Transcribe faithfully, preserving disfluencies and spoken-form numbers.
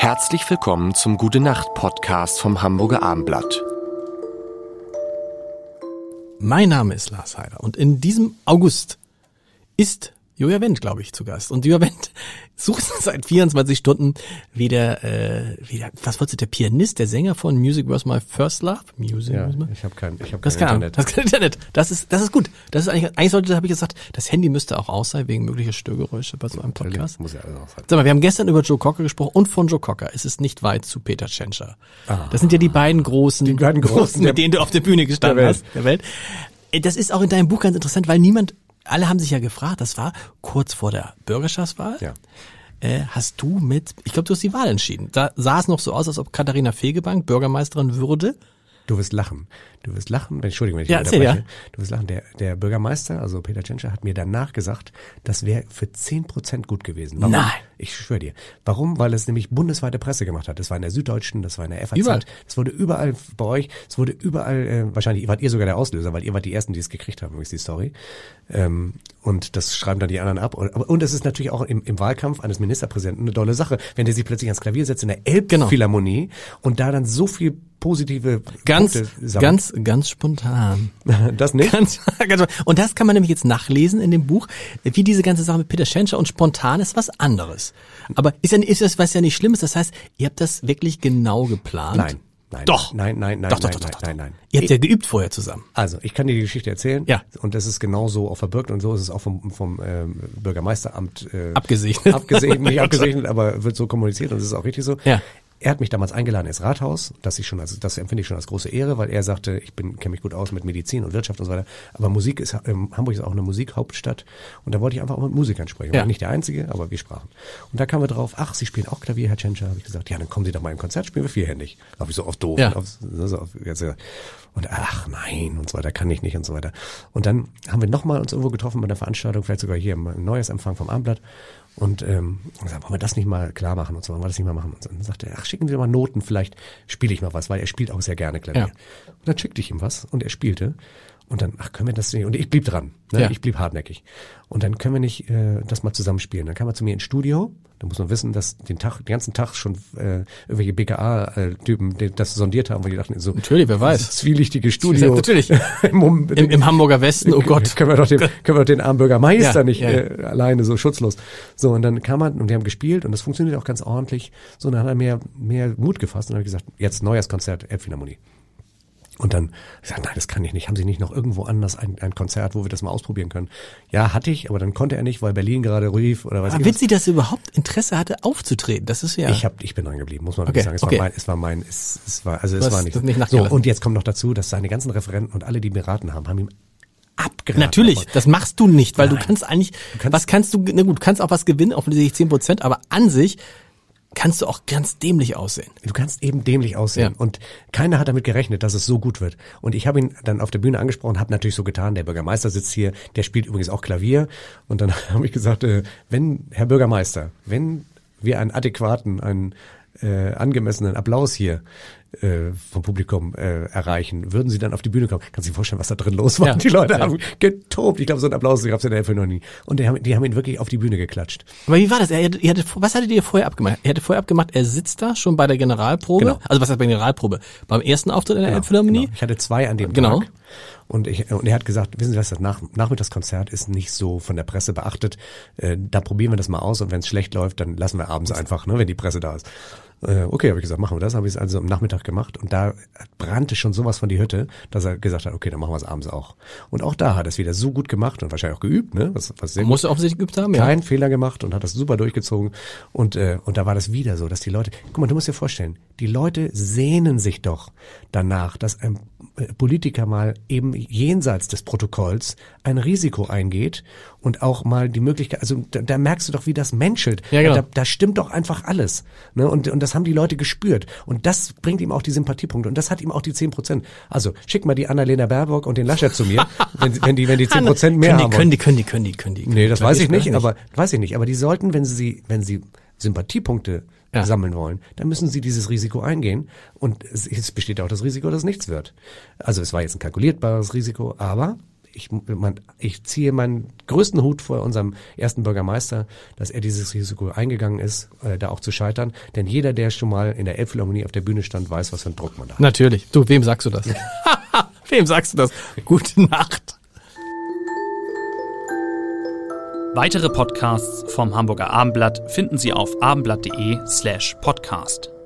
Herzlich willkommen zum Gute-Nacht-Podcast vom Hamburger Abendblatt. Mein Name ist Lars Heider und in diesem August ist Julia Wendt, glaube ich, zu Gast. Und Julia Wendt sucht seit vierundzwanzig Stunden wieder, äh, wieder, was wolltest du, der Pianist, der Sänger von Music Was My First Love? Music ja, was my... ich habe kein, ich hab kein das kann, Internet. Das ist kein Internet. Das ist, das ist gut. Das ist eigentlich, eigentlich sollte, habe ich gesagt, das Handy müsste auch aus sein, wegen möglicher Störgeräusche bei so einem Podcast. Muss ja alles auch sein. Sag mal, wir haben gestern über Joe Cocker gesprochen und von Joe Cocker. Es ist nicht weit zu Peter Tschentscher. Ah, das sind ja die beiden großen, die beiden großen, mit denen du auf der Bühne gestanden der hast, der Welt. Das ist auch in deinem Buch ganz interessant, weil niemand, alle haben sich ja gefragt, das war kurz vor der Bürgerschaftswahl. Ja. Äh, hast du mit, ich glaube, du hast die Wahl entschieden. Da sah es noch so aus, als ob Katharina Fegebank Bürgermeisterin würde. Du wirst lachen. Du wirst lachen, Entschuldigung, wenn ich ja, unterbreche. Ja. Du wirst lachen. Der, der Bürgermeister, also Peter Tschentscher, hat mir danach gesagt, das wäre für zehn Prozent gut gewesen. Warum? Nein. Ich schwöre dir. Warum? Weil es nämlich bundesweite Presse gemacht hat. Das war in der Süddeutschen, das war in der F A Z. Überall. Das wurde überall bei euch, es wurde überall, äh, wahrscheinlich wart ihr sogar der Auslöser, weil ihr wart die Ersten, die es gekriegt haben, ist die Story. Ähm, und das schreiben dann die anderen ab. Und, und es ist natürlich auch im, im Wahlkampf eines Ministerpräsidenten eine dolle Sache, wenn der sich plötzlich ans Klavier setzt in der Elbphilharmonie genau. und da dann so viel positive ganz, Punkte sammelt. Ganz, ganz spontan. Das nicht? Ganz, ganz, und das kann man nämlich jetzt nachlesen in dem Buch, wie diese ganze Sache mit Peter Tschentscher, und spontan ist was anderes. Aber ist ja, ist das, was ja nicht schlimm ist, das heißt, ihr habt das wirklich genau geplant? Nein. Nein, doch. Nein, nein, nein, doch, nein, doch, nein, doch, nein, nein. Ihr habt ja geübt vorher zusammen. Also, ich kann dir die Geschichte erzählen. Ja. Und das ist genauso auch verbirgt und so ist es auch vom, vom ähm, Bürgermeisteramt äh, abgesegnet. Abgesegnet, nicht abgesegnet, aber wird so kommuniziert und es ist auch richtig so. Ja. Er hat mich damals eingeladen ins Rathaus, das ich schon als, das empfinde ich schon als große Ehre, weil er sagte, ich bin, kenne mich gut aus mit Medizin und Wirtschaft und so weiter. Aber Musik ist, ähm, Hamburg ist auch eine Musikhauptstadt. Und da wollte ich einfach auch mit Musikern sprechen. Ja. Ich war nicht der Einzige, aber wir sprachen. Und da kamen wir drauf, ach, Sie spielen auch Klavier, Herr Tschentscher. Habe ich gesagt, ja, dann kommen Sie doch mal im Konzert, spielen wir vierhändig. Da habe ich so oft doof. Ja. Und, auf, so auf, jetzt, und ach nein und so weiter, kann ich nicht und so weiter. Und dann haben wir nochmal uns irgendwo getroffen bei einer Veranstaltung, vielleicht sogar hier im Neujahrsempfang vom Abendblatt. Und ähm, gesagt, wollen wir das nicht mal klar machen und so, wollen wir das nicht mal machen. Und dann sagte er, ach, schicken Sie doch mal Noten, vielleicht spiele ich mal was, weil er spielt auch sehr gerne Klavier. Ja. Und dann schickte ich ihm was und er spielte. Und dann, ach, können wir das nicht? Und ich blieb dran, ne? Ja. Ich blieb hartnäckig. Und dann können wir nicht äh, das mal zusammen spielen. Dann kam er zu mir ins Studio. Da muss man wissen, dass den Tag, den ganzen Tag schon äh, irgendwelche B K A-Typen das sondiert haben, weil die dachten so, natürlich, wer weiß, das zwielichtige Studio. Natürlich. Im, Im, Im Hamburger Westen, oh Gott. Können wir doch den, können wir doch den armen Bürgermeister ja, nicht ja. Äh, alleine so schutzlos. So, und dann kam man und wir haben gespielt und das funktioniert auch ganz ordentlich. So, und dann hat er mehr, mehr Mut gefasst und dann habe ich gesagt, jetzt Neujahrskonzert, Elbphilharmonie. Und dann gesagt, nein, das kann ich nicht. Haben Sie nicht noch irgendwo anders ein, ein Konzert, wo wir das mal ausprobieren können? Ja, hatte ich, aber dann konnte er nicht, weil Berlin gerade rief oder was. Aber ich witzig, dass er überhaupt Interesse hatte, aufzutreten. Das ist ja. Ich hab, ich bin dran geblieben, muss man okay. wirklich sagen. Es okay. war mein, es war mein, es, es war, also es Was, war nicht. nicht so. Und jetzt kommt noch dazu, dass seine ganzen Referenten und alle, die beraten haben, haben ihm abgeraten. Natürlich, davon. Das machst du nicht, weil Nein. du kannst eigentlich, du kannst, was kannst du, na gut, du kannst auch was gewinnen, offensichtlich zehn Prozent, aber an sich kannst du auch ganz dämlich aussehen. Du kannst eben dämlich aussehen. Ja. Und keiner hat damit gerechnet, dass es so gut wird. Und ich habe ihn dann auf der Bühne angesprochen, habe natürlich so getan, der Bürgermeister sitzt hier, der spielt übrigens auch Klavier. Und dann habe ich gesagt, äh, wenn, Herr Bürgermeister, wenn wir einen adäquaten, einen äh, angemessenen Applaus hier äh, vom Publikum äh, erreichen, würden Sie dann auf die Bühne kommen? Kannst du dir vorstellen, was da drin los war? Ja. Die Leute ja. haben getobt. Ich glaube, so einen Applaus gab es in der Elf noch nie. Und die haben, die haben ihn wirklich auf die Bühne geklatscht. Aber wie war das? Er, er hatte, was hattet ihr vorher abgemacht? Er hatte vorher abgemacht, er sitzt da schon bei der Generalprobe. Genau. Also was heißt bei der Generalprobe? Beim ersten Auftritt in der genau, Elbphilharmonie? Genau. Ich hatte zwei an dem genau. Tag. Und, ich, und er hat gesagt, wissen Sie was, das Nach, Nachmittagskonzert ist nicht so von der Presse beachtet. Äh, da probieren wir das mal aus und wenn es schlecht läuft, dann lassen wir abends einfach, ne, wenn die Presse da ist. Äh, okay, habe ich gesagt, machen wir das. Habe ich es also am Nachmittag gemacht und da brannte schon sowas von die Hütte, dass er gesagt hat, okay, dann machen wir es abends auch. Und auch da hat er es wieder so gut gemacht und wahrscheinlich auch geübt, ne? Was, was sehr Musste offensichtlich geübt haben, ja. Keinen Fehler gemacht und hat das super durchgezogen. Und äh, und da war das wieder so, dass die Leute, guck mal, du musst dir vorstellen, die Leute sehnen sich doch danach, dass ein Politiker mal eben jenseits des Protokolls ein Risiko eingeht und auch mal die Möglichkeit, also da, da merkst du doch, wie das menschelt. Ja, genau. da, da stimmt doch einfach alles. Ne? Und, und das haben die Leute gespürt. Und das bringt ihm auch die Sympathiepunkte. Und das hat ihm auch die zehn Prozent. Also schick mal die Annalena Baerbock und den Laschet zu mir, wenn, wenn die wenn die zehn Prozent mehr können die, haben. Können die, können die, können die, können die. Können nee, das weiß ich nicht, nicht, aber weiß ich nicht. Aber die sollten, wenn sie, wenn sie Sympathiepunkte ja. sammeln wollen, dann müssen sie dieses Risiko eingehen. Und es, es besteht auch das Risiko, dass es nichts wird. Also es war jetzt ein kalkulierbares Risiko, aber ich, man, ich ziehe meinen größten Hut vor unserem ersten Bürgermeister, dass er dieses Risiko eingegangen ist, äh, da auch zu scheitern. Denn jeder, der schon mal in der Elbphilharmonie auf der Bühne stand, weiß, was für einen Druck man da hat. Natürlich. Du, wem sagst du das? Wem sagst du das? Gute Nacht. Weitere Podcasts vom Hamburger Abendblatt finden Sie auf abendblatt.de slash podcast.